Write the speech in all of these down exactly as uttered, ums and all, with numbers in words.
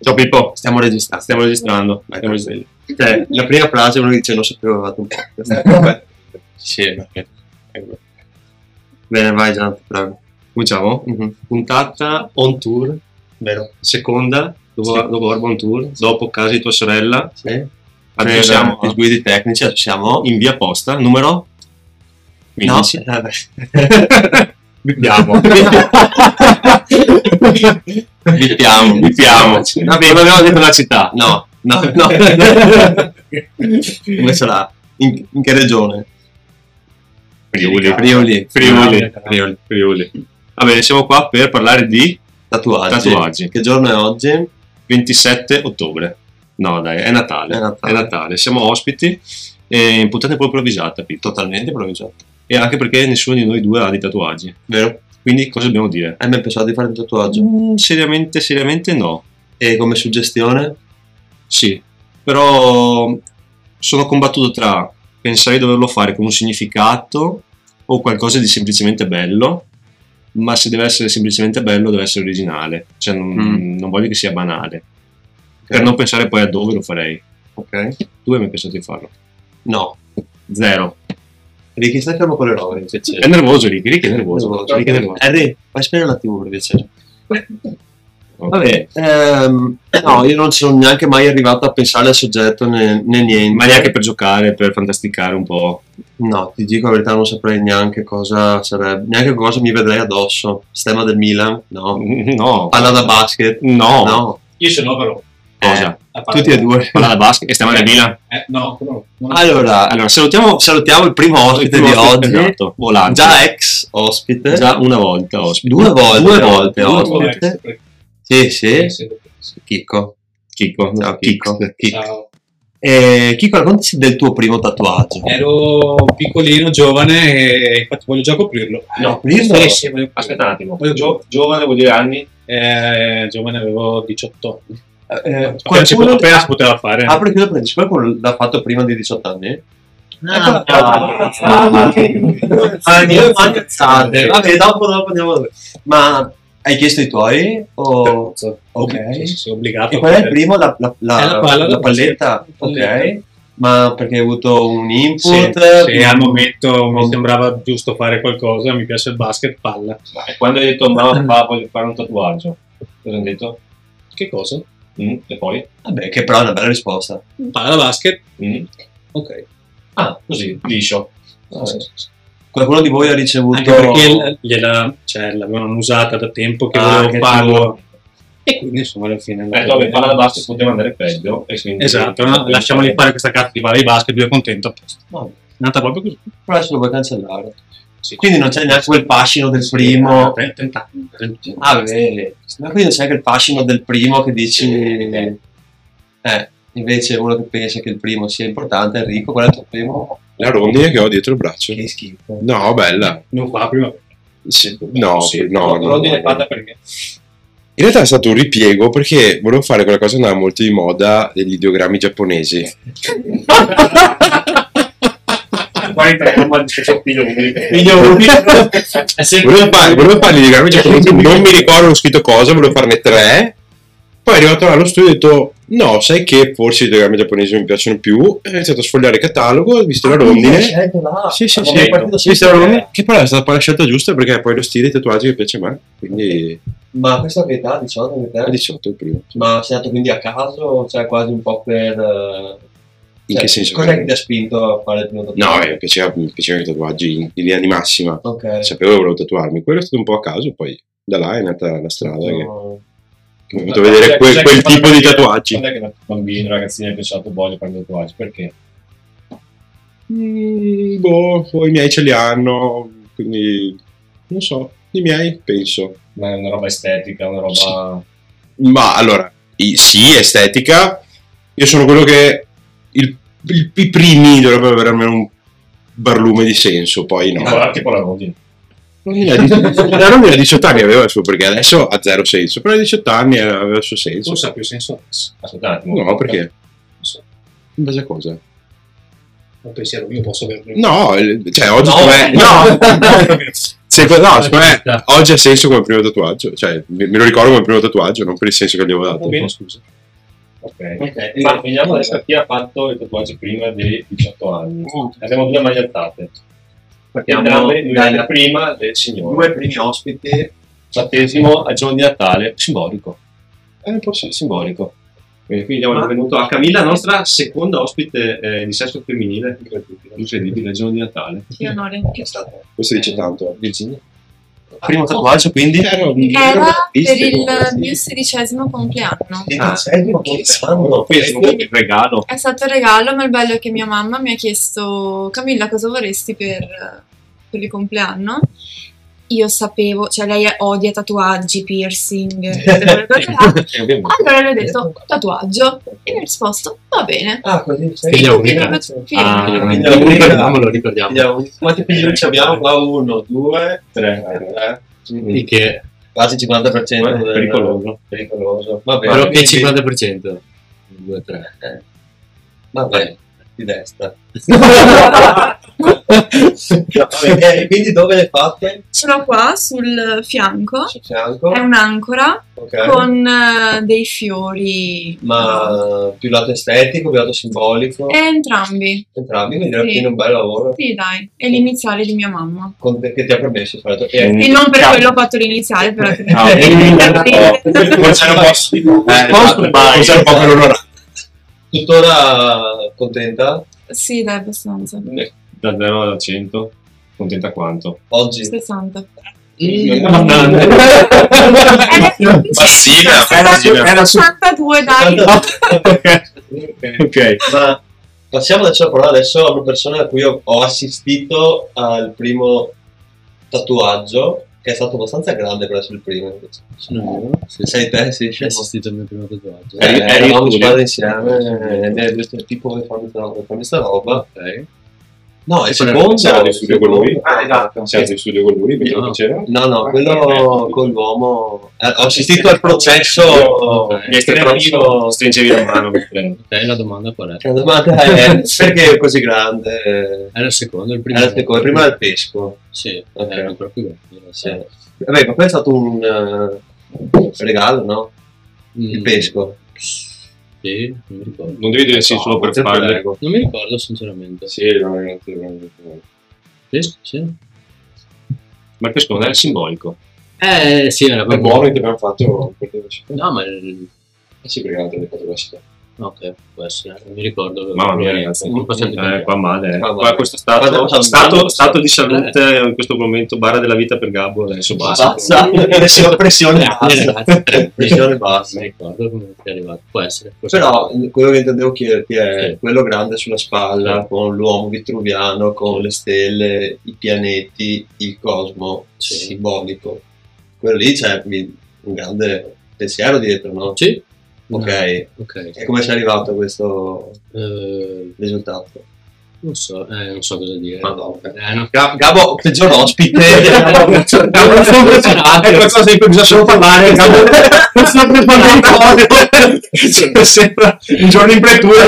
Ciao Pippo, Stiamo registrando. stiamo registrando. Stiamo registrando. Cioè, la prima frase uno dice non sapevo avevate un po'. Vabbè. Sì, perché... ecco. Bene, vai Gianni, prego. Cominciamo? Mhm. Puntata on tour, Vero? seconda, dopo, Sì. dopo Orba on tour, dopo casa di tua sorella. Sì. Adesso Per siamo i guidi tecnici, adesso siamo... in via Posta, numero quindici. No, vabbè. Bippiamo. Bippiamo. Bippiamo. Vabbè, non abbiamo detto la città. No, no, no. Come sarà? In, in che regione? Friuli. Friuli. Friuli. Friuli. Friuli. Va bene, siamo qua per parlare di Tatuaggi. Tatuaggi. Che giorno è oggi? ventisette ottobre. No, dai, è Natale. È Natale. È Natale. Siamo ospiti e in puntata proprio improvvisata, Pippo. Totalmente improvvisato. E anche perché nessuno di noi due ha dei tatuaggi. Vero? Quindi cosa dobbiamo dire? Hai mai pensato di fare un tatuaggio? Mm, seriamente, seriamente no. E come suggestione? Sì, però sono combattuto tra pensare di doverlo fare con un significato o qualcosa di semplicemente bello, ma se deve essere semplicemente bello deve essere originale, cioè non, Mm. non voglio che sia banale, per non pensare poi a dove lo farei. Ok. Tu hai mai pensato di farlo? No. Zero. Ricky, stai fermo con le robe, per piacere. È nervoso Ricky, Ricky è nervoso. Ricky è nervoso. Harry, vai spegnere la tivù, per piacere. Ok. Vabbè, ehm, no, io non sono neanche mai arrivato a pensare al soggetto né, né niente. Ma neanche per giocare, per fantasticare un po'. No, ti dico la verità, non saprei neanche cosa sarebbe, neanche cosa mi vedrei addosso. Stemma del Milan? No. No. Palla da basket? No. No. Io ce l'ho però. Cosa? A parte- Tutti e due. Palla da basket e stiamo nel Milan. Eh, no, però non- Allora, Allora, salutiamo salutiamo il primo ospite il di primo ospite, oggi. esatto, Volante. Già ex ospite. Già una volta ospite. Due volte. Due volte Due ospite. volte. ex, perché- Sì, sì. sì, sì. Chicco. Chicco. Ciao, Chicco. Chicco. Ciao. Eh, Chicco, raccontaci del tuo primo tatuaggio. Ero piccolino, giovane e infatti voglio già coprirlo. No, Primo? Sì, sì, voglio Aspetta un attimo. Voglio Gio- giovane vuol dire anni? Eh, giovane avevo diciotto anni. Eh, Appena si, qualcuno appena si poteva fare. apri chiudo prendi qualcuno l'ha fatto prima di diciotto anni? Ah, Ah, io ammazzate. Vabbè, dopo, dopo andiamo. Ma hai chiesto i tuoi? O... Ok. Sì, sì, sì, obbligato. E a qual è il fare. primo? La, la, la, È la palla la da palletta? basket. Ok. Ma perché hai avuto un Sì, input? sì, al momento mi sembrava giusto fare qualcosa, mi piace il basket, palla. E quando hai detto mamma papà voglio fare un tatuaggio, cosa hai detto? Che cosa? Mm, e poi? Vabbè, che però è una bella risposta. Palla da basket, Mm. ok. Ah, così, liscio. Vabbè. Qualcuno di voi ha ricevuto... Anche perché l- gliela, cioè, l'avevano usata da tempo che Ah, volevo che farlo. E quindi insomma alla fine... Eh, vabbè, palla da basket poteva andare peggio. E quindi... Esatto, no? Lasciamoli fare questa cazzo di palla di basket, lui è contento. No, È andata proprio così. però adesso lo vuoi cancellare. Sì. Quindi non c'è neanche quel fascino del primo... Eh, trenta anni. Ah, beh, ma quindi non c'è anche il fascino del primo che dici... Eh, invece uno che pensa che il primo sia importante, Enrico, qual è il tuo primo? La rondine che ho dietro il braccio. Che schifo. No, bella. Non fa prima. Sì, no, Sì, no, no, rondine no. fatta perché? In realtà è stato un ripiego perché volevo fare quella cosa che andava molto di moda degli ideogrammi giapponesi. È sempre Volevo fare, volevo fare gli ideogrammi giapponesi, non mi ricordo scritto cosa, volevo farne tre. Poi è arrivato là allo studio e ho detto no, sai che forse gli ideogrammi giapponesi mi piacciono più. Ho iniziato a sfogliare il catalogo, ho visto la rondine. Sì, sì, sì. Ho visto la rondine, che poi è stata poi la scelta giusta perché è poi lo stile di tatuaggi che piace a me. Quindi Ma questa che età? diciotto che è età? diciotto il primo. Ma sei andato quindi a caso? Cioè quasi un po' per... eh, In cioè, che senso? Cos'è che ti ha spinto a fare il primo tatuaggio? No, eh, mi piaceva, mi piacevano i tatuaggi in, in linea di massima. Ok. Sapevo che volevo tatuarmi. Quello è stato un po' a caso, poi da là è nata la strada che, No. che mi ha fatto vedere quel, quel tipo di tatuaggi. Quando è che da bambino, ragazzino, hai pensato voglio fare i tatuaggi? Perché? Mm, boh, poi i miei ce li hanno, quindi non so, i miei penso. Ma è una roba estetica, una roba... Ma allora, i- sì, estetica. Io sono quello che il- il- i primi dovrebbero avere almeno un barlume di senso, poi no. Tipo, tipo la rondine. La rondine a diciotto anni aveva il suo perché adesso ha zero senso, però a diciotto anni aveva il suo senso. forse ha più senso adesso. Aspetta un attimo. No, perché? Non so, In base a cosa? un pensiero mio posso averlo. No, il- cioè oggi No, secondo me- no. Secondo, no, secondo me oggi ha senso come primo tatuaggio, cioè me me lo ricordo come primo tatuaggio, non per il senso che gli avevo Va dato. bene, scusa. Ok. Ok, Ma vediamo adesso chi ha fatto i tatuaggi prima dei diciotto anni. Abbiamo due magliettate. Partiamo Entrambe, lui dai è la prima del signore. due primi ospiti. Battesimo al giorno di Natale, simbolico. È un po' sì, simbolico. Quindi qui diamo il Ma- benvenuto a Camilla, nostra seconda ospite eh, di sesso femminile. Incredibile, il giorno di Natale. Che onore. Che è stato? Questo dice tanto. Virginia. Primo tatuaggio, quindi? Era per il mio sedicesimo compleanno. Ah, serio? Che sanno? Questo è il regalo. È stato un regalo, ma il bello è che mia mamma mi ha chiesto: Camilla, cosa vorresti per, per il compleanno? Io sapevo, cioè lei odia tatuaggi, piercing, tutte quelle cose là. Allora le ho detto tatuaggio e mi ha risposto va bene. Ah, così? Figlia unica. Figlia Ah, unica. quindi Lo la unica- ricordiamo, lo ricordiamo. Vediamo, quanti figli ci abbiamo qua? Uno, due, Tre. tre. Di che? Quasi il cinquanta per cento. del- Pericoloso. Pericoloso. Va bene. Però che quindi- cinquanta per cento? due tre. Eh. Vabbè, di destra. Vabbè, e quindi dove le fate? Ce l'ho qua sul fianco, Sul fianco? è un'ancora Ok. con eh, dei fiori. Ma più lato estetico, più lato simbolico? E entrambi. Entrambi, quindi alla Sì. fine un bel lavoro. Sì, dai, è l'iniziale di mia mamma. Con te- che ti ha permesso di fare tutto. Mm. E non per quello ho fatto l'iniziale, però. Ah, Forse un po'. Eh, Posto esatto, vai. forse un po' per onorato. Tuttora contenta? Sì, dai, abbastanza. Da zero a cento, contenta quanto? Oggi? sessanta. Passiva, Era sessantadue, dai. Ok. Ma passiamo adesso a parlare adesso a una persona a cui ho, ho assistito al primo tatuaggio, che è stato abbastanza grande per essere il primo. invece. No, sì, Sei te, sì, Ho scemo. assistito al mio primo tatuaggio. Eh, Eri- eri eravamo in in squadra insieme e mi hai detto tipo vuoi farmi questa roba, vuoi farmi sta roba. Ok. No, il E poi secondo C'era di studio con lui? Ah, esatto. C'era di studio con lui, perché No. lo faceva? No, no, quello con l'uomo. Eh, ho assistito al processo Ok. Mi stai creativo. stringevi la mano mentre- Ok, la domanda qual è? La domanda è perché è così grande? Era il secondo, il primo? Era il secondo, prima del pesco. Sì, Ok. era ancora più grande. Sì. Vabbè, ma poi è stato un eh, regalo, no? Il Mm, pesco. Sì, non mi ricordo. Non devi dire sì solo per Te farle. prego. Non mi ricordo sinceramente. Sì, no, no, no, no, no. Sì, sì. Ma il pesco non era simbolico. Eh sì, era È proprio... buono che abbiamo fatto per le velocità. No, ma... il- Eh sì, perché avete fatto velocità. Ok, può essere, non mi ricordo. Mamma mia, Eh, ragazzi. non possiamo Eh, cambiare. qua male. eh. Qua Qua male. questo stato, Guarda, stato, stato di salute in questo momento, barra della vita per Gabbo, adesso basta. Basta, pressione, pressione Eh, bassa. ragazzi, tre. Pressione Non bassa. mi ricordo come è arrivato. Può essere. può essere. Però quello che intendevo chiederti è Sì. quello grande sulla spalla, con l'uomo vitruviano, con le stelle, i pianeti, il cosmo, Sì. simbolico. Quello lì c'è mi- un grande pensiero dietro, no? Sì. Ok. Ok. E come sei arrivato a questo Eh, risultato? non so, eh, non so cosa dire. Madonna. Eh, no. Gab- Gabbo, peggior ospite. Gabbo non è qualcosa di cui bisogna solo parlare. Gabbo non sta preparando cose. Sembra un giorno in pretura.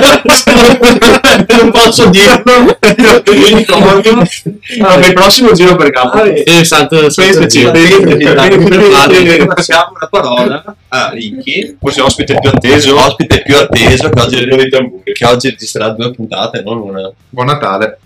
Non posso dirlo. Vabbè, il prossimo giro per Gabbo. Eh, santo, Questo ci Passiamo una parola a Ricky, forse ospite più atteso. ospite più atteso che oggi, che oggi registrerà due puntate, non una. Buon Natale.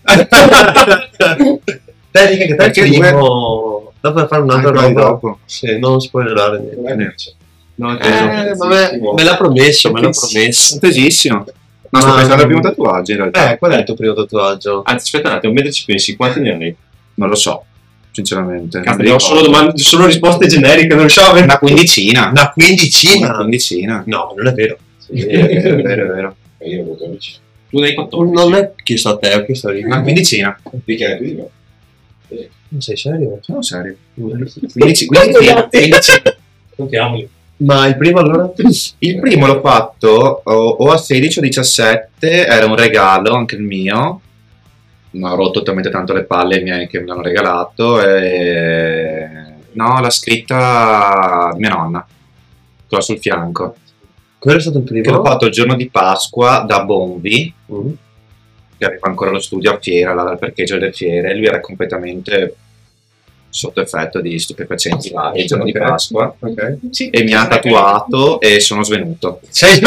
Te Ricky, che te Perché il primo. Dopo per fare un'altra Anche roba. dopo. Sì, non spoilerare niente. No, Eh, vabbè, me l'ha promesso, me l'ha promesso. Tesissimo. No, sto Ma- pensando al primo tatuaggio in realtà. Eh, qual è il tuo primo tatuaggio? Anzi, aspetta un attimo, mentre ci pensi, quanti ne hai? Non lo so, sinceramente. Cazzo, Non mi ho ricordo. solo, domande, solo risposte generiche, non riusciamo a avere. Una quindicina. Una quindicina? Una quindicina. No, non è vero. Sì, è vero, è vero, è vero. E io ho avuto amici. Tu ne hai quattordici. Non è chiesto a te, ho chiesto a Ricky. Una quindicina. Di che ne dico? Non sei serio? Sono serio. quindici, quindicina. quindicina. Contiamoli. Ma il primo allora? Il primo l'ho fatto o, o a sedici o diciassette, era un regalo anche il mio. Non ho rotto talmente tanto le palle ai miei che me l'hanno regalato. E... No, l'ha scritta mia nonna, qua sul fianco. Quello è stato il primo? Che l'ho fatto il giorno di Pasqua da Bonvi, Mm. che aveva ancora lo studio a Fiera, là dal parcheggio delle fiere. Lui era completamente sotto effetto di stupefacenti vari il giorno di Ok. Pasqua Ok. Sì. e mi ha tatuato e sono svenuto. Sei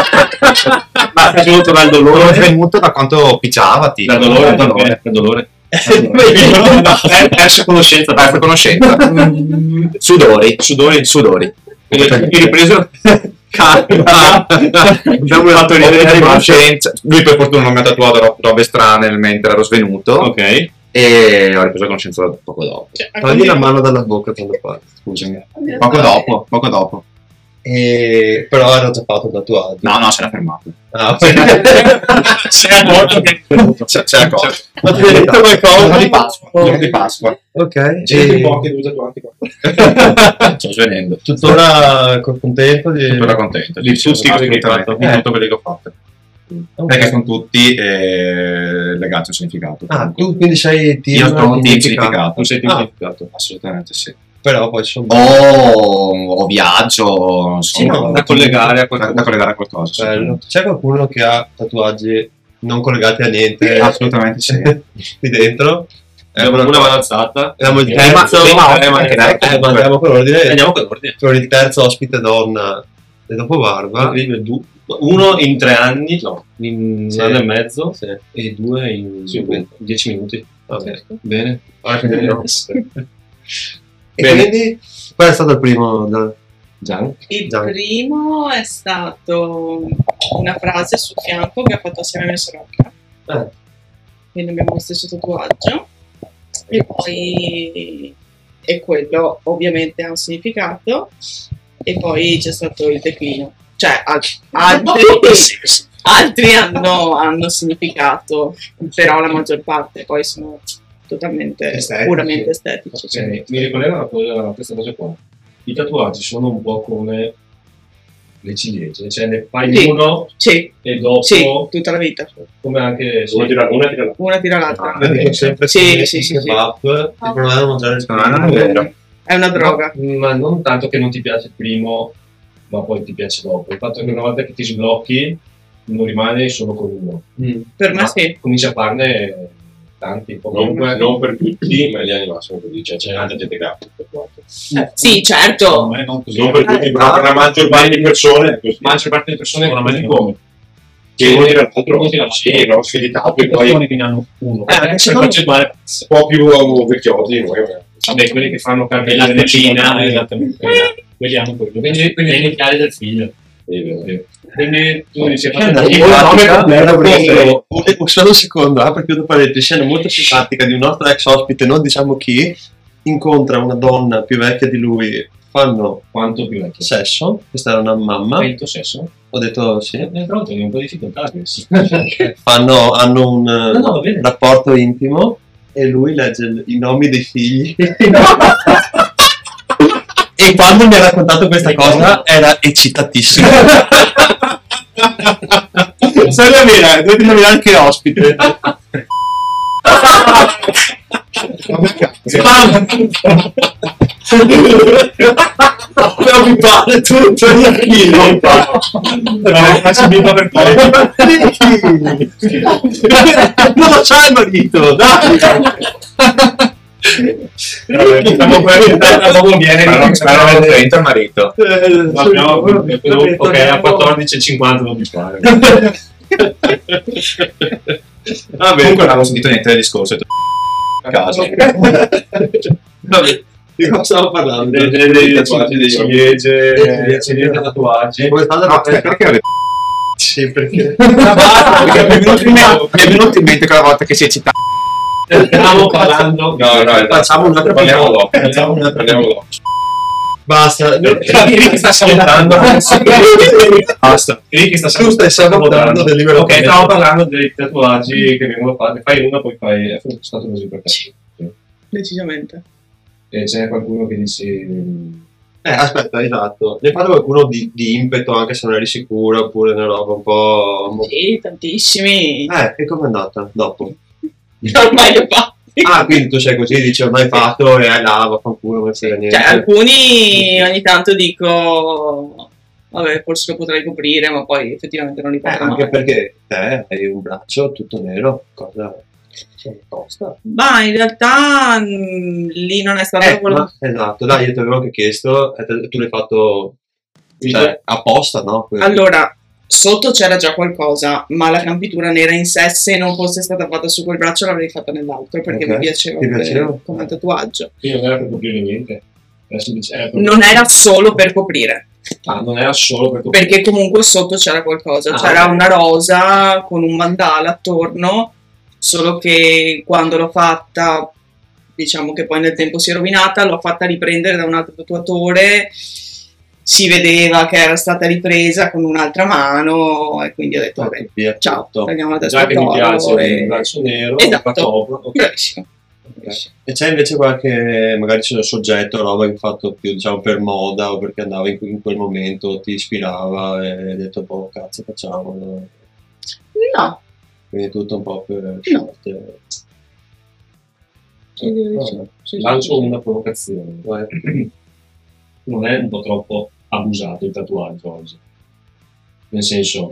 Ma è venuto dal Sono dolore? svenuto da quanto picciava, tipo. Dal dolore? Dal dolore. Dal dolore. Hai perso conoscenza. Perso conoscenza. Sudori, sudori, sudori. Quindi ti ripreso. Calma. Abbiamo fatto ridere Perso di conoscenza. Lui per fortuna non mi ha tatuato ro- robe strane mentre ero svenuto Ok. e ho ripreso conoscenza poco dopo. Cioè, Togli la mano dalla bocca quando parli, scusami. Poco dopo, poco dopo. E... Però era già fatto il tatuaggio. No, no, si era fermato. Ah, ok. Sei accorto che C'è, c'è la cosa. Ma ti hai detto qualcosa? Giorno di Pasqua. Giorno di Pasqua. Ok. Senti un E... po' che due tatuanti qua. Sto svenendo. Tuttora contento di... Tuttora contento. Di Sì, tutti sì, quelli che hai assolutamente. fatto. Di tutto quello che ho fatto. Ok. Perché sono tutti eh, legati a un significato. Ah, tu quindi sei team Io sono un team significato. significato. tu sei Ah. significato. Assolutamente sì. Però poi sono O, o viaggio, Sì, insomma, no, da collegare a da, qualcosa. da collegare a qualcosa. bello. C'è qualcuno che ha tatuaggi non collegati a niente Assolutamente sì. qui dentro? Abbiamo una mano alzata. Abbiamo il Eh, terzo, ma- ma- eh, ma- anche lei, eh, ma andiamo per ordine. Andiamo con ordine. Per il terzo ospite donna e dopo Barba. Incredibile, du- Uno in tre anni, no, in Sì. un anno e mezzo Sì. e due in Sì, bene. dieci minuti. Vabbè. Bene. Ah, quindi no. E Bene. quindi qual è stato il primo? Da... Gian. Il Già. primo è stato una frase sul fianco che ha fatto assieme a mia sorella, Eh, quindi abbiamo lo stesso tatuaggio. E poi e quello ovviamente ha un significato. E poi c'è stato il declino, cioè al- altri, altri hanno, hanno significato, però la maggior parte poi sono totalmente Estetici. puramente estetici. Ok, mi ricollego a una cosa- a questa cosa qua. I tatuaggi sono un po' come le ciliegie, cioè ne fai Sì. uno Sì, e dopo, sì, tutta la vita. come anche Una tira una tira l'altra. Una tira l'altra. ah, dico sempre Sì, che sì, sì, il sì. kebab ti provare a mangiare il No, non è vero. È una droga. Ma, ma non tanto che non ti piace il primo, ma poi ti piace dopo. Il fatto è che una volta che ti sblocchi, non rimane solo con uno. Mm. Per me Ma sì. cominci a farne tanti. Comunque non per tutti, ma in linea di massimo così, cioè c'è tanta gente che ha tatuato. Sì, certo. me non così. Non per tutti, però per la maggior parte di persone è così. La maggior parte delle persone Secondo me così come? Che uno tira l'altro, sì, no, sfiditato e poi che ne hanno uno. Eh, Eh, se secondo faccio me- un po' più uh, vecchiotti di noi. magari. Vabbè, quelli che fanno E carne la di decina, eh, esattamente. Quelli hanno quello. Quindi, quindi è iniziale del figlio. Sì, vero, sì. Quindi tu dici, È una "Io simpatica, nome completo, appunto, un, un solo secondo, apro e chiudo parentesi, scena molto simpatica di un nostro ex ospite, non diciamo chi, incontra una donna più vecchia di lui, fanno quanto più vecchio. sesso, questa era una mamma, Hai il tuo sesso? ho detto sì, Eh, pronto, hai un po' di difficoltà adesso. fanno, hanno un eh, no, va bene. rapporto intimo e lui legge il- i nomi dei figli. E quando mi ha raccontato questa cosa era eccitatissimo. Sai la vera, dovete nominare anche ospite. Non mi pare tutto chi non Ma si bipa per poi. non lo c'ha il marito, dai. Vabbè, stiamo per tra poco viene. Spero spero avete trenta il marito. Abbiamo- Ok, a quattordici e cinquanta non mi pare. Vabbè, Comunque non avevo sentito niente del discorso. e tu- A caso. vabbè, di cosa stavo parlando? Dei dei- dei tatuaggi, dei ciliegie, Dei ciliegie tatuaggi. Come sta No, perché avete- Sì, perché perché mi è venuto in mente- mi è venuto in mente quella volta che si è citato. Stiamo parlando. No, no, facciamo un altro parliamo episodio. dopo. Facciamo un altro Parliamo dopo. Basta. Ricky sta salutando. Basta. Ricky sta Tu stai salutando del libero Ok, commercio. stavo parlando dei tatuaggi che vengono fatti. Fai uno, poi fai. È stato così per te. Sì. Decisamente. E ce n'è qualcuno che dici. Eh, aspetta, esatto. Ne hai fatto qualcuno di, di impeto anche se non eri sicuro oppure una roba un po'... un po'- Sì, tantissimi. Eh, e com'è andata dopo? Ormai li ho fatti. Ah, quindi tu sei così, dici ormai fatto e hai là, vaffanculo, non frega niente. Cioè, alcuni ogni tanto dico, vabbè, forse lo potrei coprire, ma poi effettivamente non li Eh, porto anche mai. perché te hai un braccio tutto nero, cosa... Cioè, tosta. Ma in realtà mh, lì non è stato Eh, quello. ma- esatto, dai, io ti avevo anche chiesto, e te- tu l'hai fatto cioè, apposta, no? Quello- Allora, sotto c'era già qualcosa, ma la campitura nera in sé, se non fosse stata fatta su quel braccio, l'avrei fatta nell'altro perché Ok. mi piaceva, Ti piaceva? come- come tatuaggio. Quindi non era per coprire niente. Era semplice- era per- Non era solo per coprire, Ah, non era solo per coprire. perché comunque sotto c'era qualcosa, Ah, c'era ok. una rosa con un mandala attorno, solo che quando l'ho fatta, diciamo che poi nel tempo si è rovinata, l'ho fatta riprendere da un altro tatuatore, si vedeva che era stata ripresa con un'altra mano e quindi ho detto, vabbè, via, ciao, tutto. tagliamo la Già testa che mi piace d'oro il e... braccio nero, Esatto. lo faccio- ok. Bravissimo. Ok. E c'è invece qualche, magari c'è un soggetto, roba che hai fatto più diciamo per moda o perché andava in, in quel momento, ti ispirava e hai detto, boh, cazzo, facciamolo. No, Quindi tutto un po' per No. scelte. sì, sì, Ah, sì, sì, Lancio sì. una provocazione. vai. Non è un po' troppo abusato il tatuaggio oggi? Nel senso,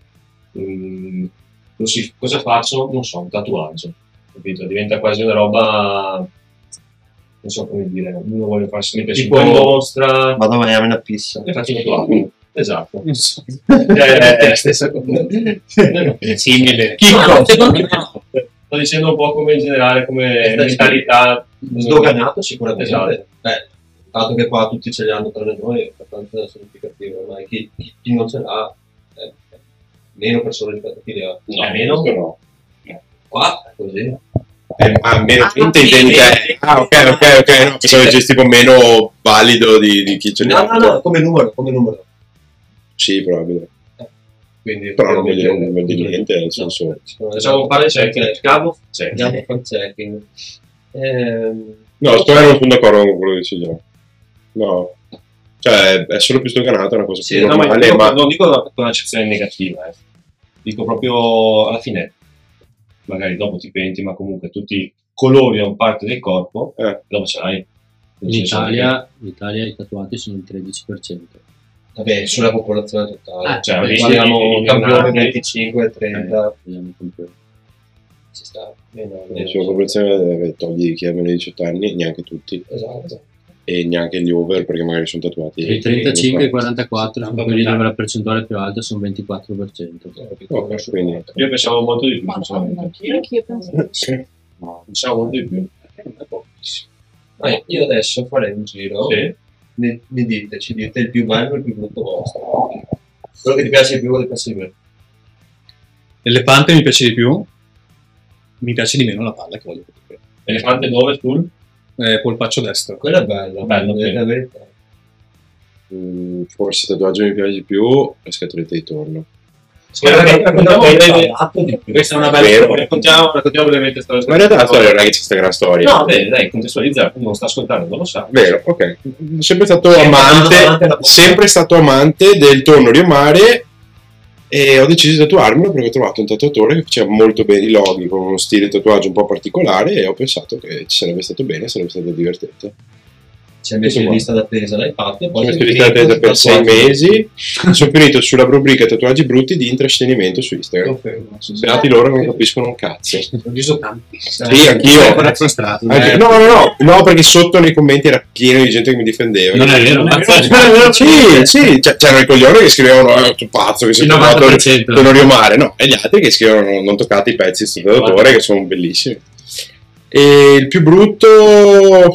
mm, lo si- cosa faccio? Non so, un tatuaggio, capito? Diventa quasi una roba, non so come dire, uno vuole farsi mettere Tipo- tipo in mostra, Vado a mangiarmi una pizza. e faccio un tatuaggio. Esatto. Non so. È è la stessa cosa. Simile. No, secondo me no. Sto dicendo un po' come in generale, come Eh, stai- mentalità. Sdoganato sicuramente. Esatto. Eh, dato che qua tutti ce li hanno tranne noi, è abbastanza significativo. Ormai chi, chi- chi non ce l'ha, eh, meno persone rispetto a chi le ha. No, meno. no. Qua è così. Eh, ah, meno Ah, gente sì, intendi sì. te. Ah, ok, ok, ok. No, pensavo dicessi tipo meno valido di, di chi ce li No, ha. no, no, come numero, come numero. Sì, probabile. Quindi, Però non vuol dire, non vuol dire no, niente, nel senso... Facciamo fare check. Cavo? Check. Andiamo a fare checking. Ehm, No, sto non sono d'accordo con quello che dici già. No. Cioè, è solo più stoganata, è una cosa Sì, più no, ma normale, io ma... non dico con un'accezione negativa, eh. Dico proprio alla fine, magari dopo ti penti, ma comunque tutti i colori da un parte del corpo, Eh. dopo ce l'hai. In Italia, in Italia i tatuati sono il tredici per cento. vabbè, sulla popolazione totale. Ah, cioè, vabbè, lì- Parliamo lì- campione lì- venticinque trenta, Vediamo il campione. ci sta. Meno, La sua popolazione togli chi ha meno di diciotto anni, neanche tutti, Esatto. e neanche gli over perché magari sono tatuati. I trentacinque e i Eh, quarantaquattro sono quelli dove la percentuale più alta sono ventiquattro per cento. Ok, quindi- Io pensavo molto di più, Ma sinceramente. anche io penso di sì. No, pensavo molto di più. È pochissimo. Ah, io adesso farei un giro. Sì. Mi, mi dite, ci dite il più bello e il più brutto vostro. Quello che ti piace di più, quello che ti piace di meno. L'elefante mi piace di più, mi piace di meno la palla che voglio coprire. Elefante dove, sul? Eh, polpaccio destro. Quello è bello, Bello, è sì. la verità. Mm, forse il tatuaggio mi piace di più, la scatoletta di tonno. Questa è una Vero. bella raccontiamo, raccontiamo brevemente questa Ma in realtà la storia non è che c'è questa gran storia. No, bene, dai, contestualizzare, uno sta ascoltando, non lo sa. Vero, ok. Sempre stato Sì, ma davanti alla amante, porta. sempre stato amante del tonno riomare e ho deciso di tatuarmelo perché ho trovato un tatuatore che faceva molto bene i loghi con uno stile di tatuaggio un po' particolare e ho pensato che ci sarebbe stato bene, sarebbe stato divertente. C'è invece in lista d'attesa, l'hai fatto e poi Sono sei iscritta finito per sei tatuaggio. mesi, sono finito sulla rubrica tatuaggi brutti di intrattenimento su Instagram. Confermo. Beati loro che non capiscono un cazzo. Ho visto tanti. Sì, anch'io. Ancora frustrato. Anche- eh. no, no, no, no, perché sotto nei commenti era pieno di gente che mi difendeva. Non è vero, Ma- no. Sì, sì, cioè, c'erano i coglioni che scrivevano eh, tu pazzo che sei Il tatuato novanta per cento. per non riomare, no, e gli altri che scrivevano non toccate i pezzi di sto tatuatore che sono bellissimi. E il più brutto,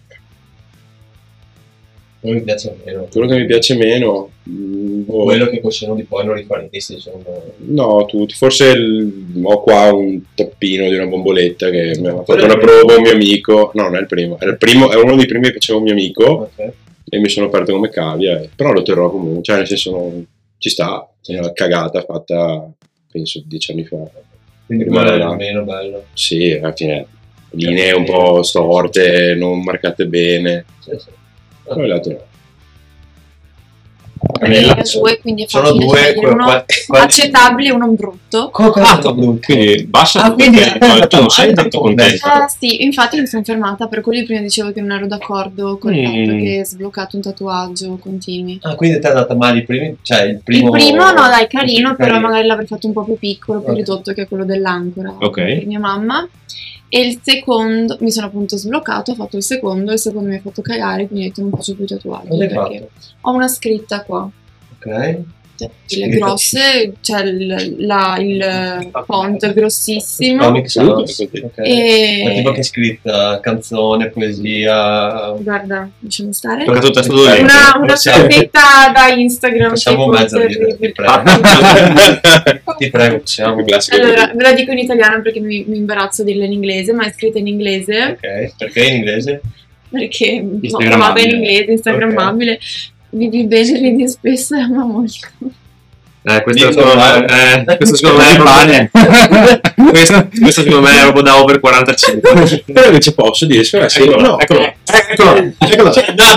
Non mi piace meno. quello che mi piace meno, mm, boh, Quello che poi di poi non rifaresti, insomma. no, tutti, forse il- ho qua un tappino di una bomboletta che mi ha fatto Quello è una il primo. prova un mio amico, no, non è il primo, era il primo, è uno dei primi che faceva un mio amico Ok. e mi sono aperto come cavia, eh. Però lo terrò comunque, cioè nel senso non- ci sta, è una cagata fatta penso dieci anni fa. Quindi Rimane quello è là. il meno bello. Sì, alla fine linee un po' storte, non marcate bene. Sì, sì. Poi l'altro no. Ne ha due, quindi è Sono facile due, scegliere qua- uno qua- qua- accettabile e uno brutto. Cosa sono brutti? Quindi basta Ah, quindi perché tu non sei tanto contento. Ah sì, infatti mi sono fermata, per quello prima dicevo che non ero d'accordo con il Mm. fatto che hai sbloccato un tatuaggio continui. Ah, quindi ti è andata male i primi? Cioè il primo... Il primo no dai, carino, però Carino. magari l'avrei fatto un po' più piccolo, più Ok. ridotto che quello dell'ancora Ok. per mia mamma. E il secondo, mi sono appunto sbloccato, ho fatto il secondo, il secondo mi ha fatto cagare, quindi ho detto non faccio più tatuaggi. Cosa hai perché fatto? ho una scritta qua. Ok. Cioè, le Scritta. grosse, c'è il, la- il font grossissimo. Comic Sans. Così. Ok. Ma tipo E che è scritta? Canzone, poesia... guarda, lasciamo stare. Tocca tutto a tutto lì. Una, una Possiamo- scritta da Instagram. Facciamo tipo mezza vita, ti terribile. prego. Ti prego, possiamo... Allora, ve la dico in italiano perché mi, mi imbarazzo a dirla in inglese, ma è scritta in inglese Ok, perché in inglese? perché l'ho Instagrammabile. trovata in inglese, instagrammabile. Vivi bene, ridi spesso e ama molto. Eh, questo Dico, secondo me, eh. eh, questo secondo me è pane. questo, questo secondo me è roba da over quarantacinque. Però invece posso dire, secondo me sì. Eccolo, No. eccolo. Eccolo, eccolo.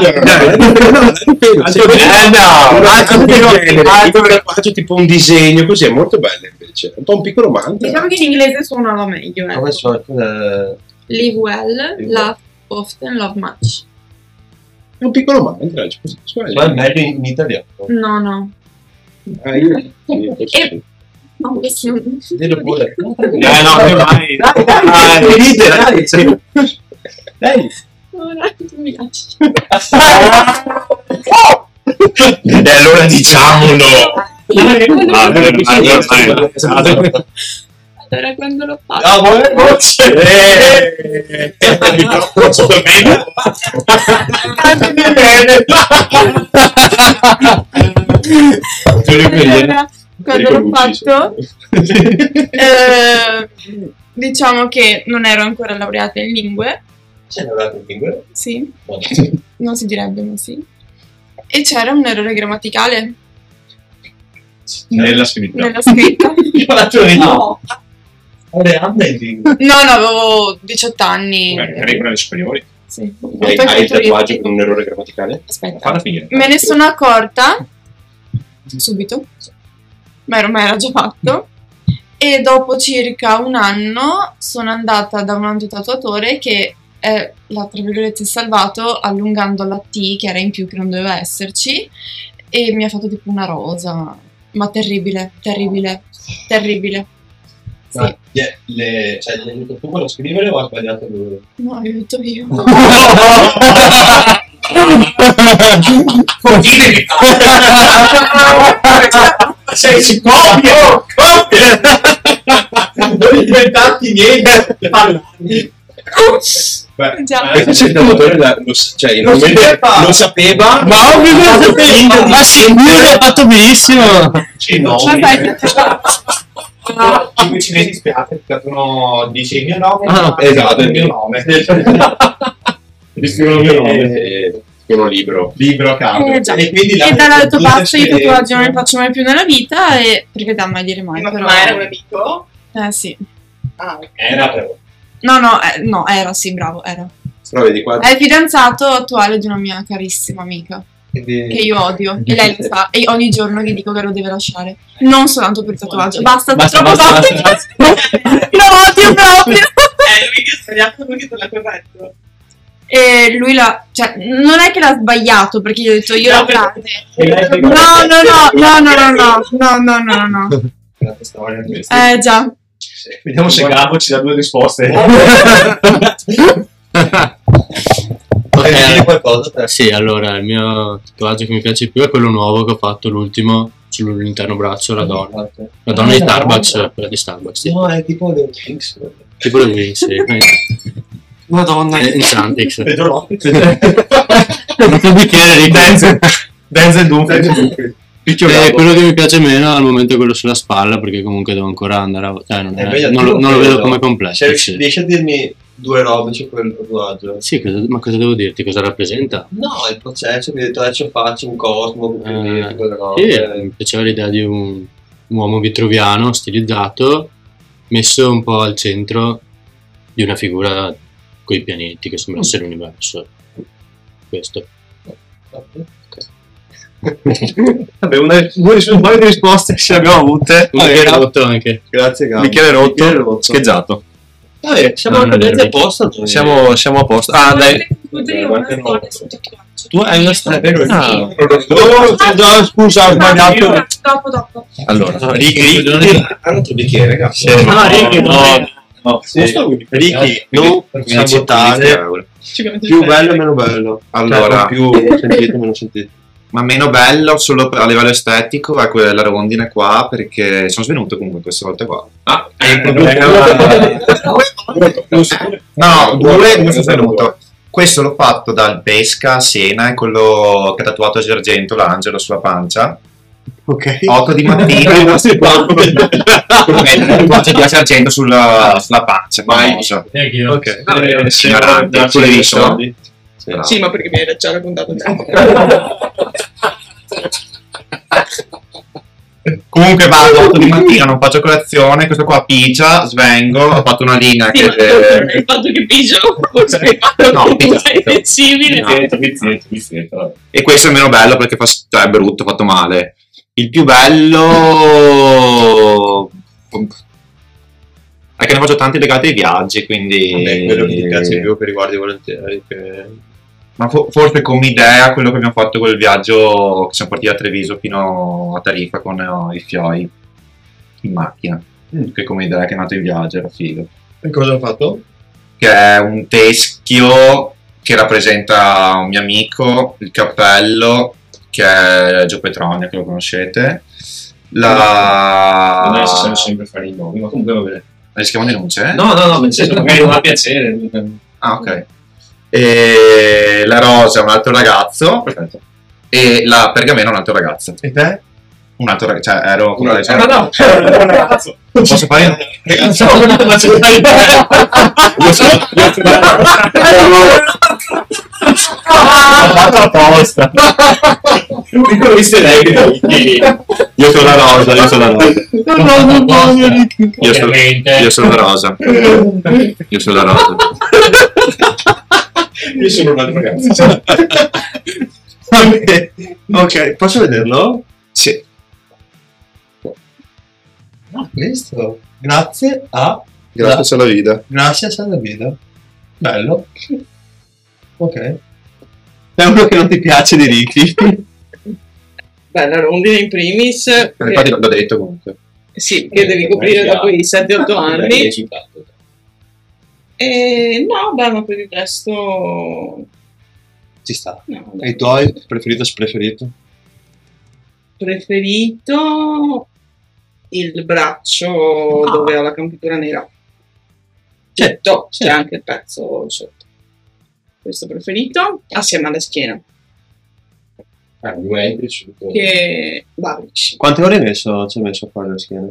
Eh no, altro che- altro- Faccio tipo un disegno così, è molto bello invece. È un po' un piccolo mantra. Diciamo che in inglese suonava meglio. Come Ecco. so, cos'è? Live well, Live laugh often, love much. È un piccolo mantra. cioè, così, secondo me- Ma è meglio in, in italiano. No, no. Eh, io- sì, forse E- sì. Ma questo non- Dillo pure. Eh no, che vai. Dai, dite, dai. Dai. Dai. Ora tu mi lasci. E allora diciamolo. Ah, vai, vai, vai. Allora quando l'ho fatto. Ah, vuoi voce? Eh, il microfono sotto me. Allora, quando l'ho Riconosci, fatto, eh, diciamo che non ero ancora laureata in lingue, C'è lavorato in lingue? sì, non si direbbe, ma sì. E c'era un errore grammaticale Nella scritta. nella scritta. Io ho fatto in No, Laureata in lingue. no, no, avevo diciotto anni. Beh, eri quelle superiori. Sì. Hai, Poi hai il fatto io, tatuaggio tipo- con un errore grammaticale? Aspetta. Falla finire. Me ne sono accorta subito, ma era, ma era già fatto. E dopo circa un anno sono andata da un altro tatuatore che eh, l'ha tra virgolette salvato allungando la T che era in più che non doveva esserci e mi ha fatto tipo una rosa, ma terribile, terribile, terribile. Sì, Ma le, le, cioè, l'hai aiutato tu a scrivere o ha sbagliato lui? no, aiuto io. Sei si copia! Copia! Non inventarti niente! Beh, Già. eh, Questo il tatuatore la- lo, s- cioè, in Lo un momento sapeva. lo sapeva, Ma ovvio che lo sapevo! Ma sì, lui l'ha fatto benissimo! sì, no. Ma sai, Invece mi dispiace perché uno dice il mio nome, Ah, ma esatto, il mio nome. scrivono il mio nome e scrivono libro. Libro a caso. Eh, già. E quindi E da là ho detto brutta basta, i esperienza. tatuaggi non li faccio mai più nella vita e perché da mai dire mai, Ma, però... ma era un amico? Eh sì. Ah, ok. Era però. No, no, eh, no, era sì, bravo, era. Però vedi qua, È il fidanzato attuale di una mia carissima amica, Quindi... che io odio, e lei lo sa, e ogni giorno gli dico che lo deve lasciare. Non soltanto per il tatuaggio, basta, Basta, troppo basta, volte. basta, Lo odio proprio. Eh, lui che ha sbagliato, lui che te l'ha corretto. E lui l'ha, cioè, non è che l'ha sbagliato, perché gli ho detto io la grande. E lei fa- No, no, no, no, no, no, no, no, no, no, no. Grande storia questa. Eh già. Vediamo se Gabo ci dà due risposte. Vuoi dire Ok, qualcosa te? sì, allora il mio tatuaggio che mi piace più è quello nuovo che ho fatto, l'ultimo, sull'interno braccio, la donna. La donna di Starbucks, quella di Starbucks, sì. No, è tipo The Wings. Tipo le Wings, sì. Madonna. Eh, in Santix. Pedro Lopez. Un bicchiere di Denzel. Denzel Dumfries. Picchio E Gabbo. quello che mi piace meno al momento è quello sulla spalla, perché comunque devo ancora andare a... Cioè, non, Eh, è- vedi, non lo, tu non lo vedo quello. come complesso. Cioè, Sì, riesci a dirmi due robe su quel tatuaggio? Sì, cosa- ma cosa devo dirti? Cosa rappresenta? No, il processo, mi hai detto adesso faccio un cosmo, Eh, quindi quelle Sì, robe. mi piaceva l'idea di un, un uomo vitruviano stilizzato, messo un po' al centro di una figura coi pianeti che sembra essere l'universo. Questo. Vabbè, una, due, un paio di risposte ce le abbiamo avute. Un bicchiere rotto anche. Grazie, Gabbo. Bicchiere rotto, Bicchiere rotto. scheggiato. Vabbè, siamo No, anche non è mezzi vero. a posto. noi. Siamo, siamo a posto. Ah, dai. Concludere una storia sul tatuaggio. Tu hai una storia, vero? Sì. Ah. Oh, no, scusa, ho sbagliato. Dopo, dopo. Allora, Ricky, Ricky. Ha un altro bicchiere, cazzo. Ah, Ricky, no. no. Sì. Ricky, non sabotare. Più bello e meno bello. Allora, Cioè, più sentito, meno sentito. ma meno bello solo a livello estetico è quella della rondine qua, perché sono svenuto comunque queste volte qua. Ah, No, due, due sono svenuto. Questo l'ho fatto dal Pesca a Siena, è quello che ha tatuato a Giargento l'angelo sulla pancia. Ok. otto di mattina. Il tatuaggio di Giargento sulla, sulla pancia. famoso. Ok. Vabbè, ignorante. Tu l'hai visto? Sì. Sì, ma perché mi hai già raccontato te. Comunque vado otto di mattina, non faccio colazione, questo qua pigia, svengo, ho fatto una linea Sì, che... ma il fatto che pigia forse hai fatto No, una pigia. cosa invincibile. Bizzetto, bizzetto, bizzetto, vabbè. E questo è meno bello perché fa, cioè, è brutto, fatto male. Il più bello... è che ne faccio tanti legati ai viaggi, quindi... Vabbè, quello che ti piace di più che riguardi volentieri. Che... Ma fo- forse come idea quello che abbiamo fatto quel viaggio che siamo partiti da Treviso fino a Tarifa con eh, i fioi in macchina. Mm. Che come idea che è nato in viaggio era figo. E cosa ho fatto? Che è un teschio che rappresenta un mio amico, il cappello che è Gio Petronio, che lo conoscete. La... Non è necessario sempre fare i nomi, ma comunque va bene. Rischiamo di non c'è? No, no, no, nel senso magari non ha piacere. Ah, ok. E la rosa è un altro ragazzo. Perfetto. E la pergamena è un altro ragazzo. E te? Un altro ragazzo, cioè ero No, ero- no, no, ragazzo. Posso fare? Ragazzo, non te faccio fare Io sono io Ho fatto apposta. L'unico visto è lei che io sono la rosa, io sono la rosa. Io sono, Ovviamente. io sono la rosa. Io sono la rosa. Io sono un altro ragazzo. Vabbè. Ok, posso vederlo? Sì. Ah, questo. Grazie a... Grazie alla vita. Grazie a Santa Vida. Bello. Ok. È uno che non ti piace di Ricky. Beh, la rondine in primis, che- Infatti l'ho detto comunque. sì, che devi coprire da quei sette otto anni. E no, beh, ma per il resto... Ci sta. No, E i tuoi? Preferito o spreferito? preferito il braccio dove ho la campitura nera. Certo, c'è anche il pezzo sotto. Questo preferito, assieme alla schiena, Ah, mi è piaciuto. che bravissimo. Quante ore hai messo, ci hai messo a fare la schiena?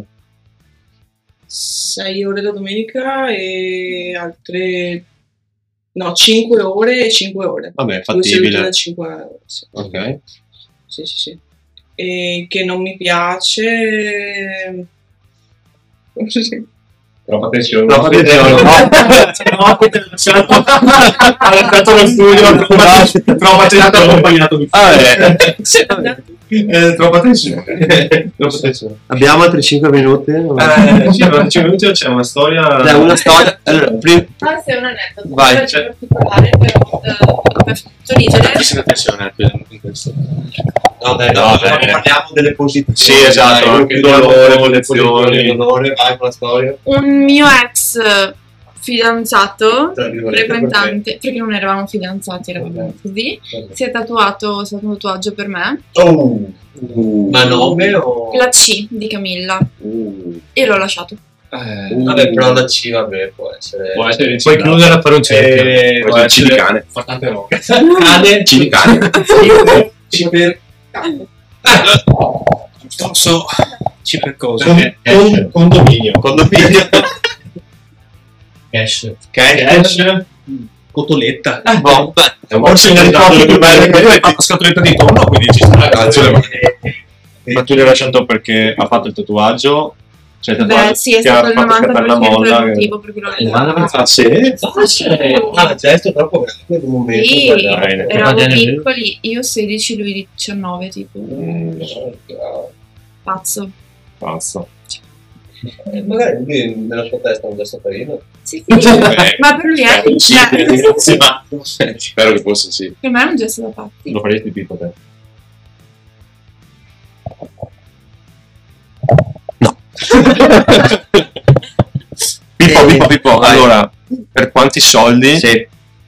sei ore la domenica e altre... no, cinque ore e cinque ore. Vabbè, Due sedute da fattibile. cinque ore, sì. Ok. Sì, sì, sì. E che non mi piace... Troppa tensione. Troppa tensione. No, ha lasciato lo studio. Troppa tensione. Accompagnato di Ah, eh. Eh, troppa tensione. Troppa tensione. Abbiamo altri cinque minuti? Eh, sì, allora, cinque minuti c'è una storia. Dai, una storia. Allora, prim- Ah, sì, è un aneddoto. Vai, Non cioè- particolare, però eh, mi ha fatto ridere. Tantissima tensione in questo. No, dai, no, dai. parliamo delle posizioni. Sì, esatto, Dai, anche dolore, dolore, posizioni, lezioni. dolore, vai con la storia. Un mio ex fidanzato, Tra virgolette, frequentante, perché non eravamo fidanzati, eravamo così, si è tatuato, si è fatto un tatuaggio per me, Oh. Ma nome o... la C di Camilla, e l'ho lasciato. Eh, Vabbè, però la C, vabbè, può essere... può essere Puoi chiudere a fare un cerchio. Eh, può può essere essere cane. Fa tante robe. cane, Ci di cane. C per... Posso. Ci per cosa? Con- con- condominio. Condominio. Cash. Cash. Cotoletta. Boh, È un segno di fatto più bello che io hai fatto scatoletta di tonno, quindi ci sta. Ma tu l'hai lasciato perché ha fatto il tatuaggio Cioè, tatuaggio Beh, sì, è che ha stato il fatto scattare novanta per la cento molla, del che- motivo per cui l'ho Ah, Ah, sì? Ah, il gesto è troppo grande in un momento. Sì, guardate. eravamo Va bene. piccoli, io sedici, lui diciannove, tipo. Mm, Pazzo. pazzo. Eh, Magari lui nella sua testa è un gesto carino. Sì, ma per lui è... Sì, cioè, sì, ma Spero che fosse sì. per me è un gesto da pazzi. lo faresti Pippo te? Pippo, Pippo, Pippo, Vai. allora, per quanti soldi Sì.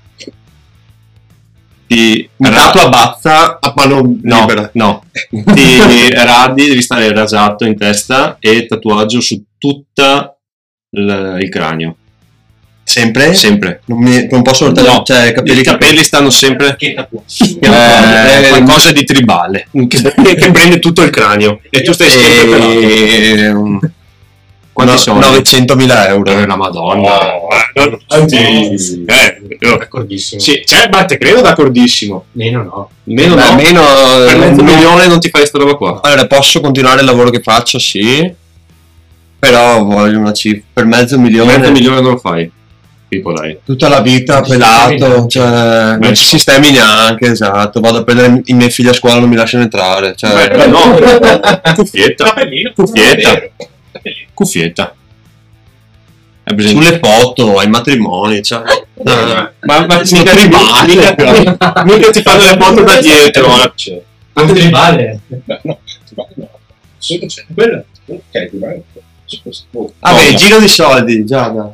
ti Mi ra- tatuo a bazza a mano No, libera. no, ti radi, devi stare rasato in testa e tatuaggio su tutta il, il cranio, Sempre? sempre. Non, mi, non posso No, cioè, I capelli capelli stanno sempre Che tatuaggio. eh, Eh, qualcosa di tribale che, che prende tutto il cranio e tu stai sempre pelato. e... Quanti no, sono? novecentomila euro. Eh, la madonna. no, Anzi, eh, io- D'accordissimo. sì, cioè, ma te credo d'accordissimo. Meno no. Meno Beh, no. almeno Per mezzo no. milione non ti fai sta roba qua. Allora, posso continuare il lavoro che faccio, sì. Però voglio una cifra. Per mezzo milione. Mezzo milione non lo fai. Tipo dai. Tutta la vita Non ci pelato, sistemi cioè, non ci sistemi neanche, esatto. Vado a prendere i miei figli a scuola, non mi lasciano entrare. Cioè, Beh, no. Cuffietta. Capellino. Cuffietta. Cuffietta. È presente? sulle foto, ai matrimoni, cioè. Ma, ma Sono mica, tribali. mica, mica ti fanno le foto da dietro. Anche tribale. No, no. Sotto c'è quella. Ok, ti vai. Vabbè, giro di soldi, Giada.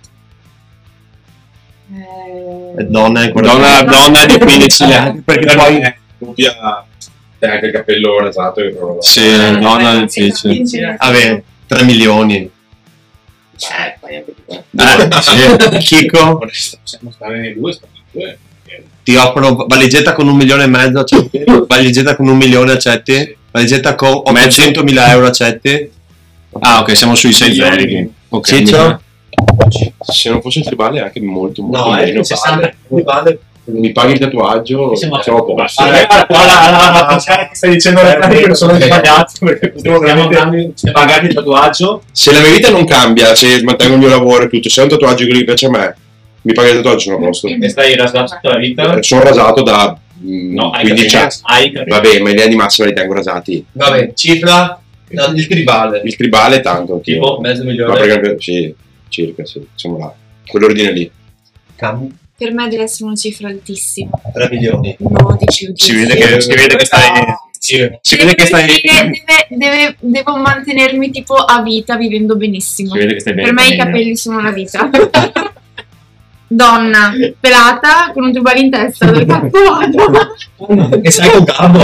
Eh, E donna è ancora Donna, donna di quindici anni. perché poi Doppia. C'è anche il capello rasato che però. Sì, donna è difficile. vabbè, tre milioni. Eh, poi anche tu. Eh, sì. Chico, Possiamo stare nei due, stiamo nei due. ti offro valigetta con un milione e mezzo, accetti? Valigetta con un milione, accetti? Valigetta con ottocentomila euro, accetti? Ah, ok, siamo sui sei zeri. quindi. Ok, Ciccio? Se non fosse tribale è anche molto molto No, meno. eh, sessanta. Mi vale. Mi paghi il tatuaggio, Siamo- siamo a posto. che stai dicendo che non sono sbagliato perché stiamo pagare il tatuaggio. Se la mia vita non cambia, se mantengo il mio lavoro e tutto, se è un tatuaggio che gli piace a me, mi paghi il tatuaggio, sono a posto. E stai rasato tutta la vita? Eh, Sono rasato da mm, No, hai quindici capelli. anni. Hai capelli. Vabbè, ma in linea di massima li tengo rasati. Vabbè, cifra? No, il tribale. Il tribale tanto. anch'io. Tipo mezzo Ma milione. perché, sì, circa, sì, siamo là. Quell'ordine lì. Cam- per me deve essere una cifra altissima. tre milioni. No, di più. Di Si più. vede che, si vede che stai. Sì. Si vede che stai. Deve, deve- deve- devo mantenermi tipo a vita vivendo benissimo. Si vede che stai bene. Per me i famiglia. capelli sono la vita. Donna, pelata, con un tribale in testa, dove cazzo vado? Che sai con Gabbo?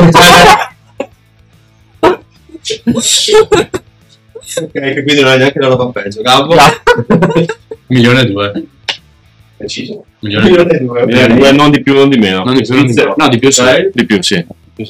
Ok, che quindi non è neanche la roba peggio. Gabbo? Milione e due. Preciso. Milione e due. Eh, due, non di più, non di meno. Non di più, non di meno. No, di più sì. Di più, sì.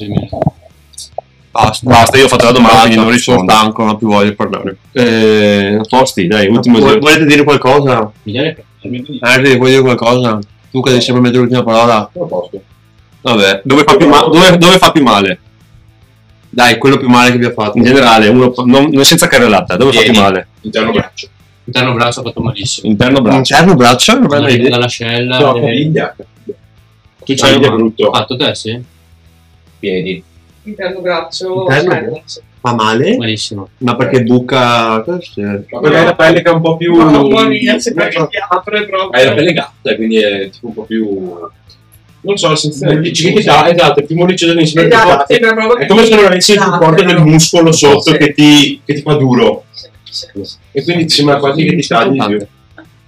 Basta. Basta, io ho fatto la domanda, quindi non sono rispondo. stanco, non ho più voglia di parlare. Eh, posti, dai, ultimo Vuoi- giro. Volete dire qualcosa? Milione e Henry, vuoi dire qualcosa? Tu che devi sempre mettere l'ultima parola? Sono a posto. Vabbè. Dove fa più, ma- dove, dove fa più male? Dai, quello più male che vi ha fatto. In generale, uno, non, non senza carrellata, dove fa Piedi. più male? Interno braccio. Interno braccio ha fatto malissimo. Interno braccio. Interno braccio? Non Dalla, mai dall'ascella. No, eh, caviglia. Tu Ah, c'hai il ma- brutto. Fatto te, sì? Piedi. Interno braccio. Interno? cioè, Fa male? Malissimo. Ma perché buca... cos'è? Ma perché hai la pelle che è un po' più. Mamma mia, sembra che ti apre proprio. Hai la pelle gatta, quindi è tipo un po' più. Non so, senza mollicità, esatto, è più mollicioso insieme Esatto, sembra proprio È come se non avessi il Esatto. supporto del muscolo sotto Sì. che ti, che ti fa duro. Sì, sì, sì. E quindi ti sembra quasi che ti tagli di più.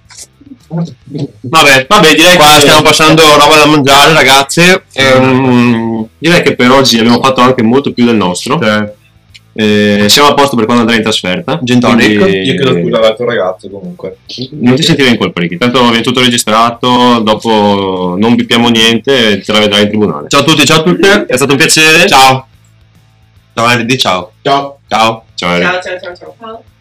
Vabbè, vabbè, direi qua che- stiamo passando roba da mangiare, ragazze. Ehm, direi che per oggi abbiamo fatto anche molto più del nostro. Eh, siamo a posto per quando andrai in trasferta. Gin tonic? Quindi- Io chiedo scusa all'altro ragazzo comunque. Non ti sentirei in colpa, Ricky. Tanto viene tutto registrato. Dopo non bippiamo niente, te la vedrai in tribunale. Ciao a tutti, ciao a tutte. È stato un piacere. Ciao. Ciao Henry, di ciao. Ciao. Ciao. Ciao, Eric. Ciao, ciao, ciao, ciao.